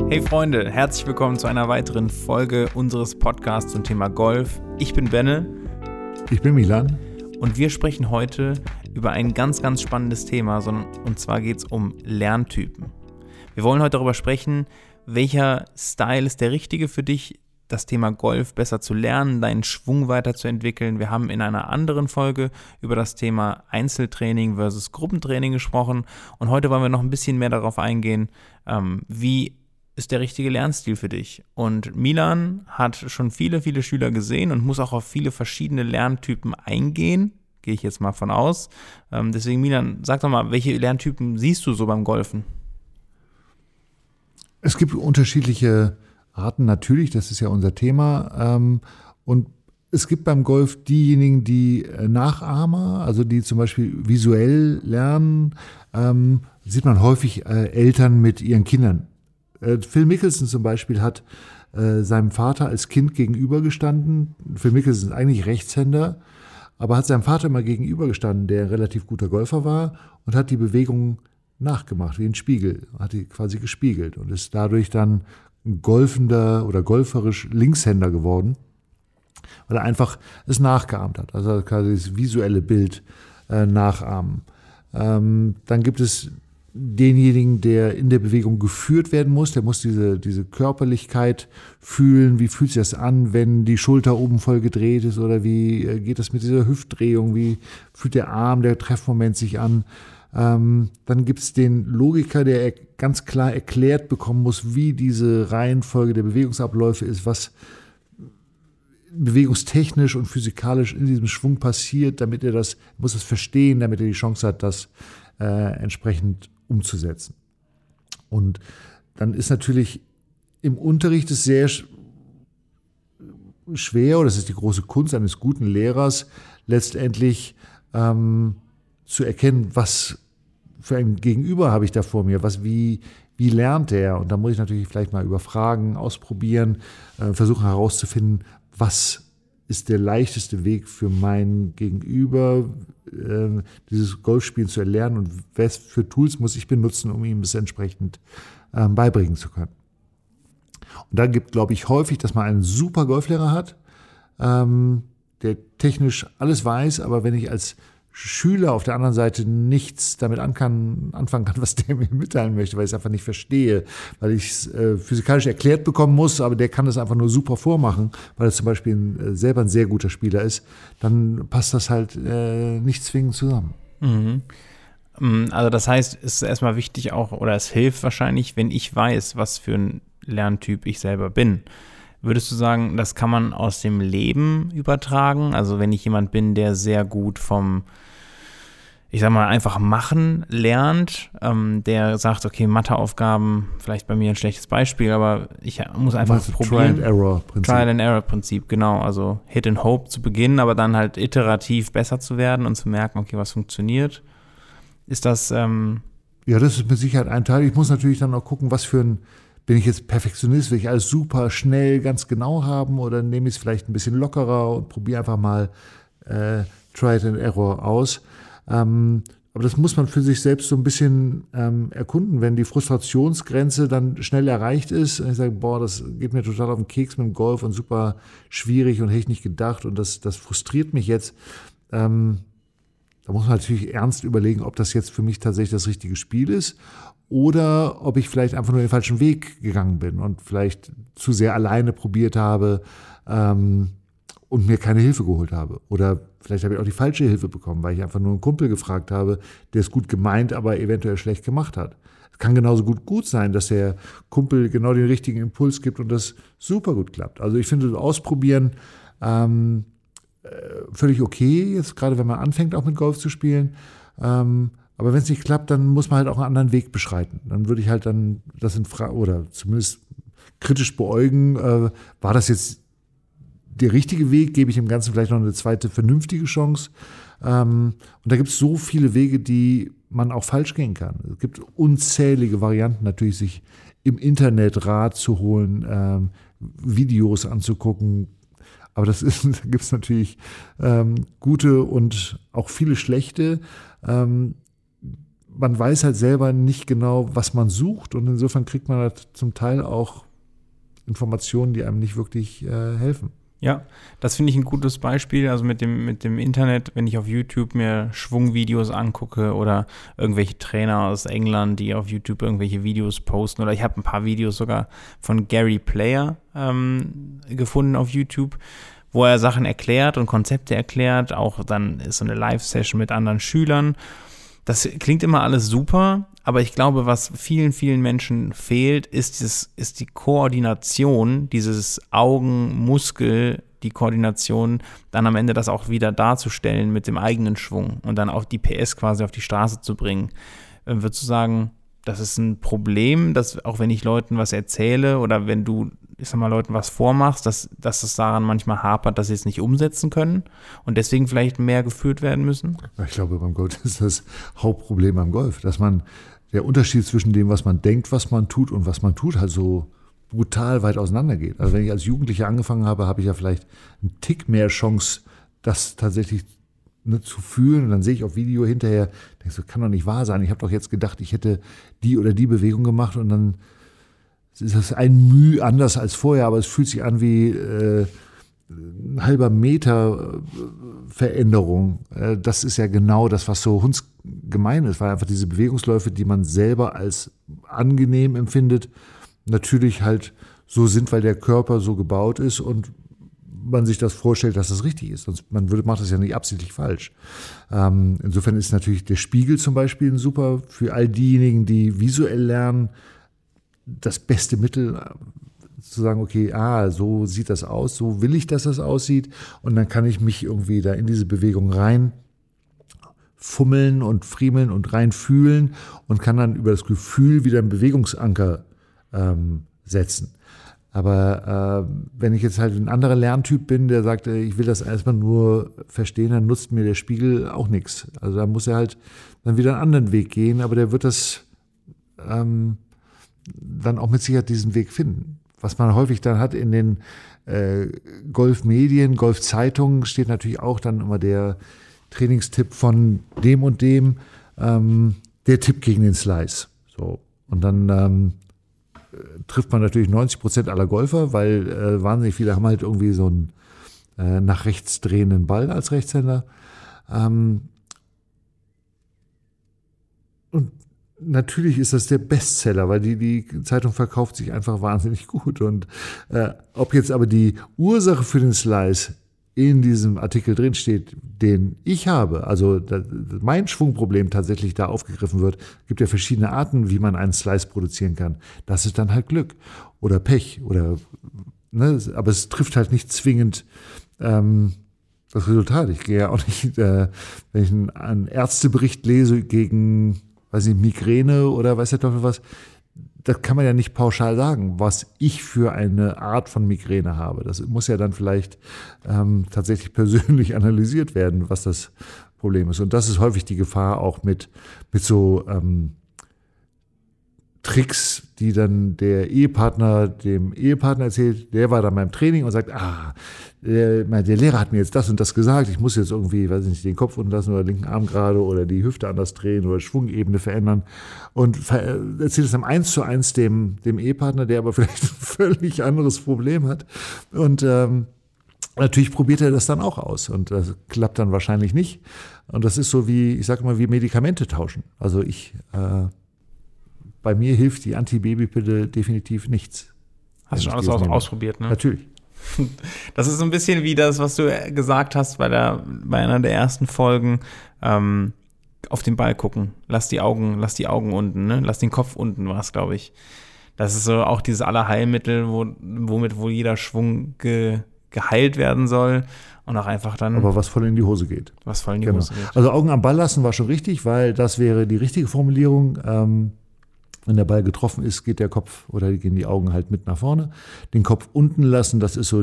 Hey Freunde, herzlich willkommen zu einer weiteren Folge unseres Podcasts zum Thema Golf. Ich bin Benne. Ich bin Milan. Und wir sprechen heute über ein ganz, ganz spannendes Thema, und zwar geht es um Lerntypen. Wir wollen heute darüber sprechen, welcher Style ist der richtige für dich, das Thema Golf besser zu lernen, deinen Schwung weiterzuentwickeln. Wir haben in einer anderen Folge über das Thema Einzeltraining versus Gruppentraining gesprochen und heute wollen wir noch ein bisschen mehr darauf eingehen, wie ist der richtige Lernstil für dich. Und Milan hat schon viele, viele Schüler gesehen und muss auch auf viele verschiedene Lerntypen eingehen, gehe ich jetzt mal von aus. Deswegen Milan, sag doch mal, welche Lerntypen siehst du so beim Golfen? Es gibt unterschiedliche Arten, natürlich, das ist ja unser Thema. Und es gibt beim Golf diejenigen, die Nachahmer, also die zum Beispiel visuell lernen, sieht man häufig Eltern mit ihren Kindern. Phil Mickelson zum Beispiel hat seinem Vater als Kind gegenübergestanden. Phil Mickelson ist eigentlich Rechtshänder, aber hat seinem Vater immer gegenübergestanden, der ein relativ guter Golfer war und hat die Bewegung nachgemacht, wie ein Spiegel, hat die quasi gespiegelt und ist dadurch dann ein golfender oder golferisch Linkshänder geworden, weil er einfach es nachgeahmt hat, also quasi das visuelle Bild nachahmen. Dann gibt es denjenigen, der in der Bewegung geführt werden muss, der muss diese Körperlichkeit fühlen, wie fühlt sich das an, wenn die Schulter oben voll gedreht ist oder wie geht das mit dieser Hüftdrehung, wie fühlt der Arm, der Treffmoment sich an. Dann gibt es den Logiker, der ganz klar erklärt bekommen muss, wie diese Reihenfolge der Bewegungsabläufe ist, was bewegungstechnisch und physikalisch in diesem Schwung passiert, damit er muss das verstehen, damit er die Chance hat, das entsprechend umzusetzen. Und dann ist natürlich im Unterricht es sehr schwer, oder das ist die große Kunst eines guten Lehrers, letztendlich zu erkennen, was für ein Gegenüber habe ich da vor mir, wie lernt er? Und da muss ich natürlich vielleicht mal über Fragen ausprobieren, versuchen herauszufinden, was ist der leichteste Weg für mein Gegenüber, dieses Golfspielen zu erlernen und was für Tools muss ich benutzen, um ihm das entsprechend beibringen zu können. Und da gibt, glaube ich, häufig, dass man einen super Golflehrer hat, der technisch alles weiß, aber wenn ich als Schüler auf der anderen Seite nichts damit anfangen kann, was der mir mitteilen möchte, weil ich es einfach nicht verstehe, weil ich es physikalisch erklärt bekommen muss, aber der kann das einfach nur super vormachen, weil er zum Beispiel selber ein sehr guter Spieler ist, dann passt das halt nicht zwingend zusammen. Mhm. Also das heißt, es ist erstmal wichtig auch, oder es hilft wahrscheinlich, wenn ich weiß, was für ein Lerntyp ich selber bin. Würdest du sagen, das kann man aus dem Leben übertragen? Also wenn ich jemand bin, der sehr gut ich sag mal, einfach machen lernt, der sagt, okay, Matheaufgaben, vielleicht bei mir ein schlechtes Beispiel, aber ich muss einfach probieren. Trial-and-Error-Prinzip, genau. Also Hit and Hope zu beginnen, aber dann halt iterativ besser zu werden und zu merken, okay, was funktioniert. Ist das Ja, das ist mit Sicherheit ein Teil. Ich muss natürlich dann auch gucken, bin ich jetzt Perfektionist, will ich alles super schnell, ganz genau haben oder nehme ich es vielleicht ein bisschen lockerer und probiere einfach mal Try and Error aus. Aber das muss man für sich selbst so ein bisschen erkunden, wenn die Frustrationsgrenze dann schnell erreicht ist und ich sage, das geht mir total auf den Keks mit dem Golf und super schwierig und hätte ich nicht gedacht und das frustriert mich jetzt. Da muss man natürlich ernst überlegen, ob das jetzt für mich tatsächlich das richtige Spiel ist oder ob ich vielleicht einfach nur den falschen Weg gegangen bin und vielleicht zu sehr alleine probiert habe und mir keine Hilfe geholt habe. Oder vielleicht habe ich auch die falsche Hilfe bekommen, weil ich einfach nur einen Kumpel gefragt habe, der es gut gemeint, aber eventuell schlecht gemacht hat. Es kann genauso gut sein, dass der Kumpel genau den richtigen Impuls gibt und das super gut klappt. Also ich finde, ausprobieren völlig okay, jetzt gerade wenn man anfängt, auch mit Golf zu spielen. Aber wenn es nicht klappt, dann muss man halt auch einen anderen Weg beschreiten. Dann würde ich halt dann das oder zumindest kritisch beäugen, war das jetzt der richtige Weg, gebe ich dem Ganzen vielleicht noch eine zweite vernünftige Chance. Und da gibt es so viele Wege, die man auch falsch gehen kann. Es gibt unzählige Varianten, natürlich sich im Internet Rat zu holen, Videos anzugucken. Aber da gibt es natürlich gute und auch viele schlechte. man weiß halt selber nicht genau, was man sucht und insofern kriegt man halt zum Teil auch Informationen, die einem nicht wirklich helfen. Ja, das finde ich ein gutes Beispiel, also mit dem Internet, wenn ich auf YouTube mir Schwungvideos angucke oder irgendwelche Trainer aus England, die auf YouTube irgendwelche Videos posten, oder ich habe ein paar Videos sogar von Gary Player gefunden auf YouTube, wo er Sachen erklärt und Konzepte erklärt, auch dann ist so eine Live-Session mit anderen Schülern. Das klingt immer alles super, aber ich glaube, was vielen, vielen Menschen fehlt, ist die Koordination, dieses Augenmuskel, die Koordination, dann am Ende das auch wieder darzustellen mit dem eigenen Schwung und dann auch die PS quasi auf die Straße zu bringen. Würdest du sagen, das ist ein Problem, dass auch wenn ich Leuten was erzähle oder wenn du, ich sag mal, Leuten was vormachst, dass es daran manchmal hapert, dass sie es nicht umsetzen können und deswegen vielleicht mehr geführt werden müssen? Ich glaube, beim Golf ist das Hauptproblem beim Golf, dass der Unterschied zwischen dem, was man denkt, was man tut und was man tut, halt so brutal weit auseinander geht. Also wenn ich als Jugendlicher angefangen habe, habe ich ja vielleicht einen Tick mehr Chance, das tatsächlich zu fühlen. Und dann sehe ich auf Video hinterher, denke so, kann doch nicht wahr sein. Ich habe doch jetzt gedacht, ich hätte die oder die Bewegung gemacht und dann ist das ein Mühe anders als vorher, aber es fühlt sich an wie ein halber Meter Veränderung. Das ist ja genau das, was so hundsgemein ist, weil einfach diese Bewegungsläufe, die man selber als angenehm empfindet, natürlich halt so sind, weil der Körper so gebaut ist und man sich das vorstellt, dass das richtig ist. Sonst macht das ja nicht absichtlich falsch. Insofern ist natürlich der Spiegel zum Beispiel super für all diejenigen, die visuell lernen, das beste Mittel zu sagen, okay, so sieht das aus, so will ich, dass das aussieht und dann kann ich mich irgendwie da in diese Bewegung rein fummeln und friemeln und reinfühlen und kann dann über das Gefühl wieder einen Bewegungsanker setzen. Aber wenn ich jetzt halt ein anderer Lerntyp bin, der sagt, ich will das erstmal nur verstehen, dann nutzt mir der Spiegel auch nichts. Also da muss er halt dann wieder einen anderen Weg gehen, aber der wird das dann auch mit Sicherheit diesen Weg finden. Was man häufig dann hat in den Golfmedien, Golfzeitungen steht natürlich auch dann immer der Trainingstipp von dem und dem, der Tipp gegen den Slice. So. Und dann trifft man natürlich 90% aller Golfer, weil wahnsinnig viele haben halt irgendwie so einen nach rechts drehenden Ball als Rechtshänder. Und natürlich ist das der Bestseller, weil die Zeitung verkauft sich einfach wahnsinnig gut. Und ob jetzt aber die Ursache für den Slice in diesem Artikel drin steht, den ich habe, also mein Schwungproblem tatsächlich da aufgegriffen wird, gibt ja verschiedene Arten, wie man einen Slice produzieren kann. Das ist dann halt Glück oder Pech oder aber es trifft halt nicht zwingend das Resultat. Ich gehe ja auch nicht, wenn ich einen Ärztebericht lese gegen, weiß nicht, Migräne oder weiß der Teufel was, das kann man ja nicht pauschal sagen, was ich für eine Art von Migräne habe. Das muss ja dann vielleicht tatsächlich persönlich analysiert werden, was das Problem ist. Und das ist häufig die Gefahr auch mit so Tricks, die dann der Ehepartner dem Ehepartner erzählt. Der war dann beim Training und sagt, der Lehrer hat mir jetzt das und das gesagt, ich muss jetzt irgendwie, weiß ich nicht, den Kopf unten lassen oder den linken Arm gerade oder die Hüfte anders drehen oder Schwungebene verändern und erzählt es dann 1:1 dem Ehepartner, der aber vielleicht ein völlig anderes Problem hat und natürlich probiert er das dann auch aus und das klappt dann wahrscheinlich nicht und das ist so wie, ich sage mal, wie Medikamente tauschen. Also bei mir hilft die Antibabypille definitiv nichts. Hast du schon alles ausprobiert, ne? Natürlich. Das ist so ein bisschen wie das, was du gesagt hast bei einer der ersten Folgen, auf den Ball gucken. Lass die Augen unten, ne? Lass den Kopf unten, war es, glaube ich. Das ist so auch dieses Allerheilmittel, womit wohl jeder Schwung geheilt werden soll und auch einfach dann. Aber was voll in die Hose geht. Hose geht. Also Augen am Ball lassen war schon richtig, weil das wäre die richtige Formulierung. Wenn der Ball getroffen ist, geht der Kopf oder gehen die Augen halt mit nach vorne. Den Kopf unten lassen, das ist so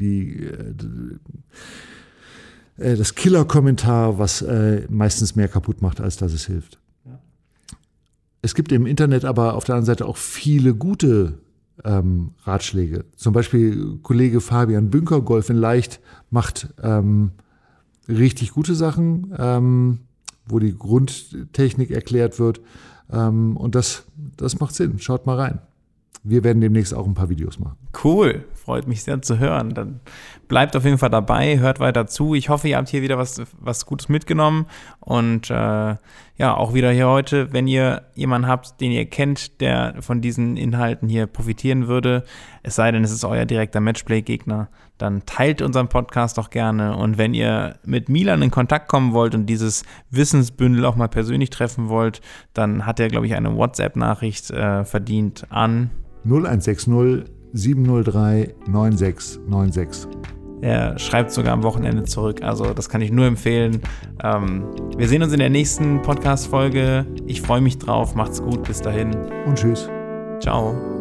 das Killer-Kommentar, was meistens mehr kaputt macht, als dass es hilft. Ja. Es gibt im Internet aber auf der anderen Seite auch viele gute Ratschläge. Zum Beispiel Kollege Fabian Bünker, Golf in Leicht, macht richtig gute Sachen. wo die Grundtechnik erklärt wird. Und das macht Sinn. Schaut mal rein. Wir werden demnächst auch ein paar Videos machen. Cool, freut mich sehr zu hören. Dann bleibt auf jeden Fall dabei, hört weiter zu. Ich hoffe, ihr habt hier wieder was Gutes mitgenommen. Und auch wieder hier heute, wenn ihr jemanden habt, den ihr kennt, der von diesen Inhalten hier profitieren würde, es sei denn, es ist euer direkter Matchplay-Gegner, dann teilt unseren Podcast doch gerne. Und wenn ihr mit Milan in Kontakt kommen wollt und dieses Wissensbündel auch mal persönlich treffen wollt, dann hat er, glaube ich, eine WhatsApp-Nachricht verdient an 0160 703 9696. Er schreibt sogar am Wochenende zurück, also das kann ich nur empfehlen. Wir sehen uns in der nächsten Podcast-Folge. Ich freue mich drauf, macht's gut, bis dahin. Und tschüss. Ciao.